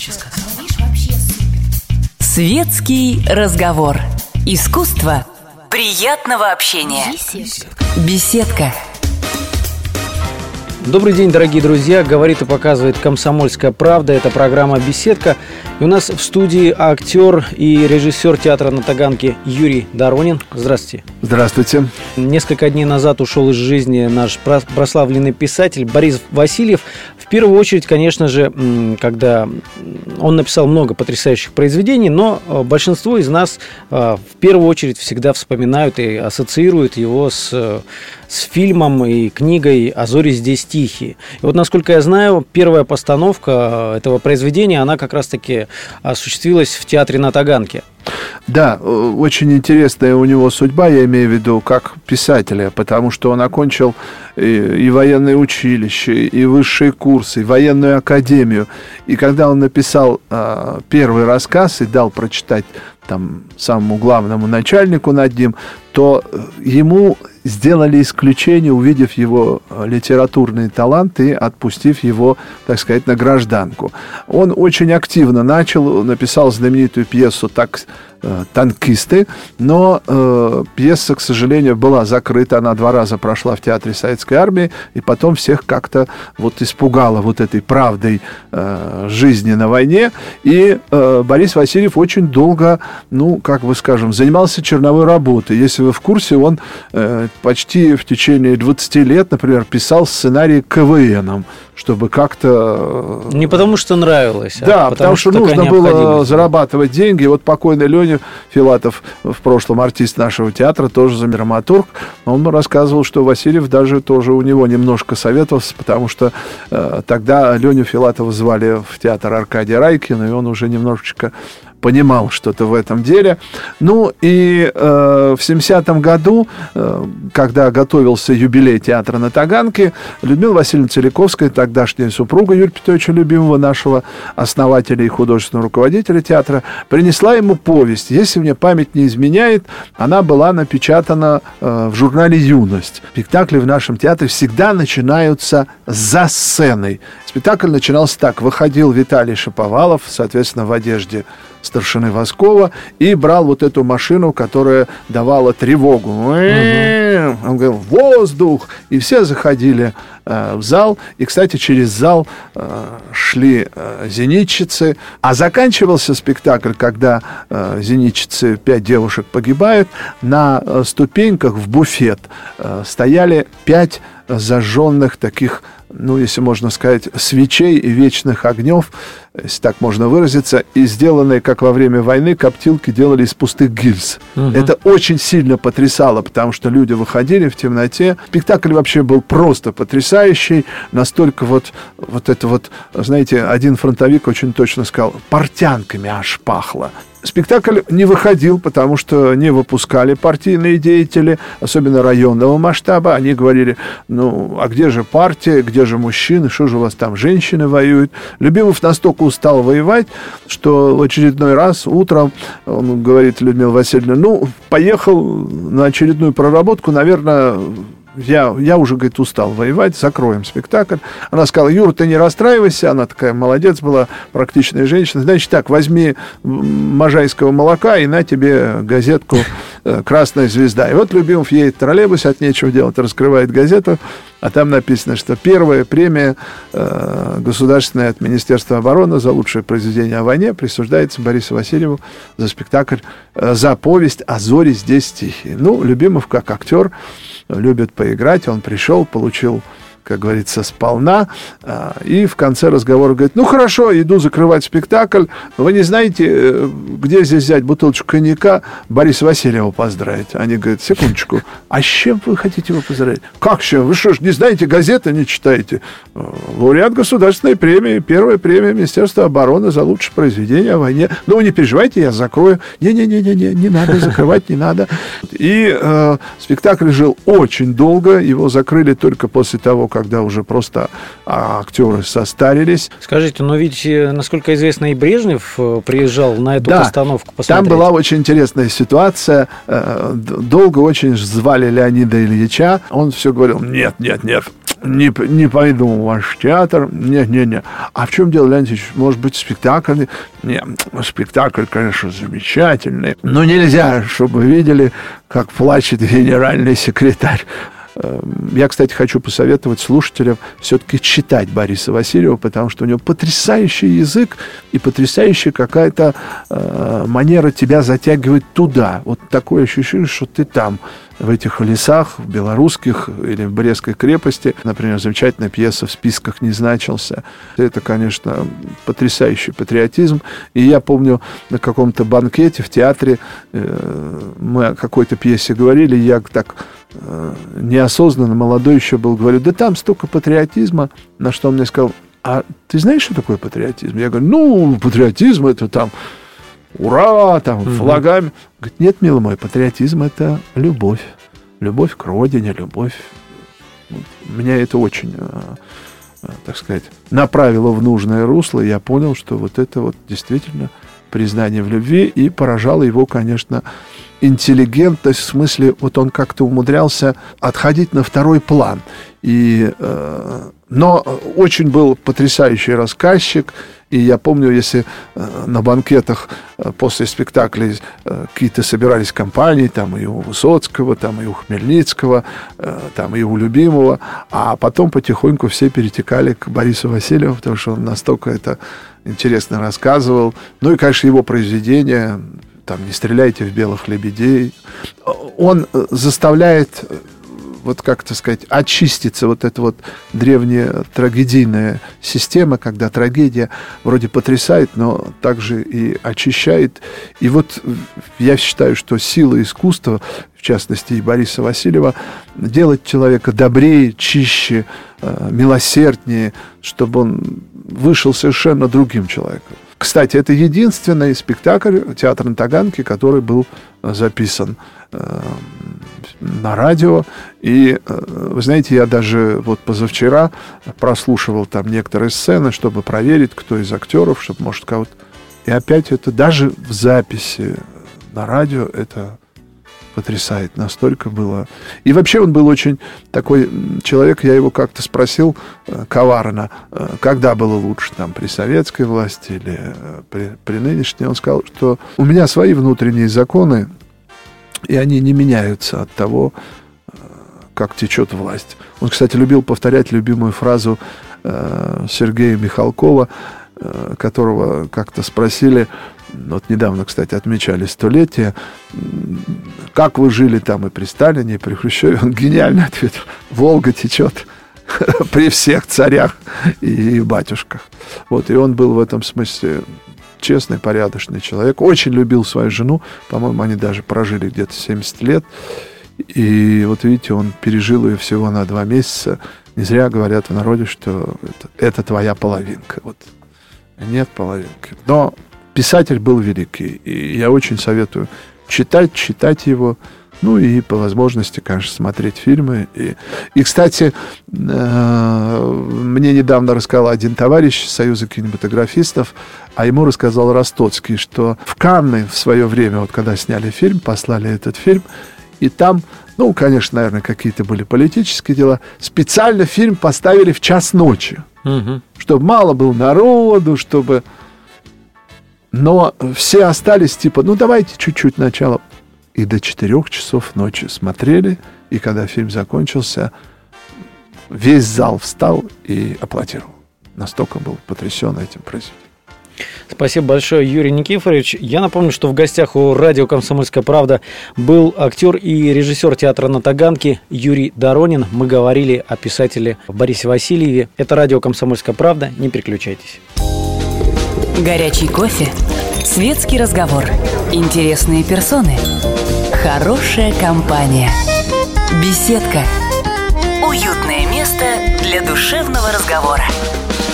Светский разговор. Искусство приятного общения. Беседка. Добрый день, дорогие друзья. Говорит и показывает «Комсомольская правда». Это программа «Беседка». И у нас в студии актер и режиссер театра на Таганке Юрий Доронин. Здравствуйте. Здравствуйте. Несколько дней назад ушел из жизни наш прославленный писатель Борис Васильев. В первую очередь, конечно же, когда он написал много потрясающих произведений, но большинство из нас в первую очередь всегда вспоминают и ассоциируют его с фильмом и книгой «А зори здесь тихие». И вот, насколько я знаю, первая постановка этого произведения, она как раз-таки осуществилась в театре на Таганке. Да, очень интересная у него судьба, я имею в виду, как писателя, потому что он окончил и военное училище, и высшие курсы, и военную академию. И когда он написал первый рассказ и дал прочитать там самому главному начальнику над ним, то ему сделали исключение, увидев его литературный талант и отпустив его, так сказать, на гражданку. Он очень активно написал знаменитую пьесу «Танкисты», но пьеса, к сожалению, была закрыта. Она 2 раза прошла в Театре Советской Армии, и потом всех как-то испугала этой правдой жизни на войне. И Борис Васильев очень долго, занимался черновой работой. Если вы в курсе, он почти в течение 20 лет, например, писал сценарий КВНом, чтобы как-то... Не потому что нравилось, да, потому что нужно было зарабатывать деньги. И вот покойный Леня Филатов, в прошлом артист нашего театра, тоже драматург, он рассказывал, что Васильев даже тоже у него немножко советовался, потому что тогда Леню Филатова звали в театр Аркадия Райкина, и он уже немножечко понимал что-то в этом деле. Ну и в 70-м году, когда готовился юбилей театра на Таганке, Людмила Васильевна Целиковская, тогдашняя супруга Юрия Петровича Любимого, нашего основателя и художественного руководителя театра, принесла ему повесть. Если мне память не изменяет, она была напечатана в журнале «Юность». Спектакли в нашем театре всегда начинаются за сценой. Спектакль начинался так. Выходил Виталий Шаповалов, соответственно, в одежде старшины Воскова, и брал эту машину, которая давала тревогу. Он говорил: «Воздух!» И все заходили в зал. И, кстати, через зал шли зенитчицы. А заканчивался спектакль, когда зенитчицы, 5 девушек погибают. На ступеньках в буфет стояли 5 зажженных таких, если можно сказать, свечей и вечных огнев, если так можно выразиться, и сделанные, как во время войны, коптилки делали из пустых гильз. Это очень сильно потрясало, потому что люди выходили в темноте. Спектакль вообще был просто потрясающий, настолько знаете, один фронтовик очень точно сказал: портянками аж пахло. Спектакль не выходил, потому что не выпускали партийные деятели, особенно районного масштаба. Они говорили: а где же партия, где же мужчины, что же у вас там женщины воюют? Любимов настолько устал воевать, что в очередной раз утром он говорит: Людмила Васильевна, поехал на очередную проработку, наверное... Я уже, говорит, устал воевать, закроем спектакль. Она сказала: Юра, ты не расстраивайся. Она такая молодец была, практичная женщина. Значит так, возьми можайского молока и на тебе газетку «Красная звезда». И вот Любимов едет в троллейбусе, от нечего делать, раскрывает газету, а там написано, что первая премия государственная от Министерства обороны за лучшее произведение о войне присуждается Борису Васильеву за спектакль, за повесть «А зори здесь тихие». Любимов, как актер, любит поиграть. Он пришел, получил, как говорится, сполна. И в конце разговора говорит: хорошо, иду закрывать спектакль. Вы не знаете, где здесь взять бутылочку коньяка Бориса Васильева поздравить? Они говорят: секундочку, а с чем вы хотите его поздравить? Как с чем? Вы что ж, не знаете, газеты не читаете? Лауреат государственной премии, первая премия Министерства обороны за лучшее произведение о войне. Не переживайте, я закрою. Не надо закрывать, не надо. И спектакль жил очень долго. Его закрыли только после того, когда уже просто актеры состарились. Скажите, ведь, насколько известно, и Брежнев приезжал на эту постановку посмотреть. Там была очень интересная ситуация. Долго очень звали Леонида Ильича. Он все говорил: нет, не пойду в ваш театр. Не. А в чем дело, Леонид Ильич? Может быть, спектакль? Не, спектакль, конечно, замечательный. Но нельзя, чтобы вы видели, как плачет генеральный секретарь. Я, кстати, хочу посоветовать слушателям все-таки читать Бориса Васильева, потому что у него потрясающий язык и потрясающая какая-то манера тебя затягивать туда. Вот такое ощущение, что ты там, в этих лесах, в белорусских или в Брестской крепости. Например, замечательная пьеса «В списках не значился». Это, конечно, потрясающий патриотизм. И я помню, на каком-то банкете в театре мы о какой-то пьесе говорили, я так неосознанно, молодой еще был, говорю, да там столько патриотизма, на что он мне сказал, а ты знаешь, что такое патриотизм? Я говорю, патриотизм это там ура, там, флагами. Говорит, нет, милый мой, патриотизм это любовь. Любовь к родине, любовь. Вот. Меня это очень, так сказать, направило в нужное русло. И я понял, что вот это вот действительно признание в любви. И поражало его, конечно, интеллигентность, в смысле, вот он как-то умудрялся отходить на второй план. Но очень был потрясающий рассказчик. И я помню, если на банкетах после спектаклей какие-то собирались компании, там и у Высоцкого, там и у Хмельницкого, там и у Любимого, а потом потихоньку все перетекали к Борису Васильеву, потому что он настолько это интересно рассказывал. Ну и, конечно, его произведения, там «Не стреляйте в белых лебедей». Он заставляет, вот как это сказать, очиститься вот эта вот древняя трагедийная система, когда трагедия вроде потрясает, но также и очищает. И вот я считаю, что сила искусства, в частности и Бориса Васильева, делать человека добрее, чище, милосерднее, чтобы он вышел совершенно другим человеком. Кстати, это единственный спектакль театра на Таганке, который был записан на радио. И, вы знаете, я даже вот позавчера прослушивал там некоторые сцены, чтобы проверить, кто из актеров, чтобы, может, кого-то... И опять это даже в записи на радио это потрясает. Настолько было... И вообще он был очень такой человек, я его как-то спросил коварно, когда было лучше, там, при советской власти или при нынешней. Он сказал, что у меня свои внутренние законы, и они не меняются от того, как течет власть. Он, кстати, любил повторять любимую фразу Сергея Михалкова, которого как-то спросили, вот недавно, кстати, отмечали 100-летие, как вы жили там и при Сталине, и при Хрущеве. Он гениально ответил: Волга течет при всех царях и батюшках. Вот, и он был в этом смысле честный, порядочный человек. Очень любил свою жену. По-моему, они даже прожили где-то 70 лет. И вот видите, он пережил ее всего на 2 месяца. Не зря говорят в народе, что это твоя половинка. Вот. Нет половинки. Но писатель был великий. И я очень советую читать его. Ну и по возможности, конечно, смотреть фильмы. И кстати, мне недавно рассказал один товарищ Союза кинематографистов, а ему рассказал Ростоцкий, что в Канны в свое время, вот когда сняли фильм, послали этот фильм, и там, ну, конечно, наверное, какие-то были политические дела, специально фильм поставили в 1:00 ночи, чтобы мало было народу, чтобы... Но все остались типа, ну, давайте чуть-чуть начало. И до 4 часов ночи смотрели, и когда фильм закончился, весь зал встал и аплодировал. Настолько был потрясен этим произведением. Спасибо большое, Юрий Никифорович. Я напомню, что в гостях у радио «Комсомольская правда» был актер и режиссер театра на Таганке Юрий Доронин. Мы говорили о писателе Борисе Васильеве. Это радио «Комсомольская правда». Не переключайтесь. Горячий кофе, светский разговор, интересные персоны, хорошая компания, беседка, уютное место для душевного разговора.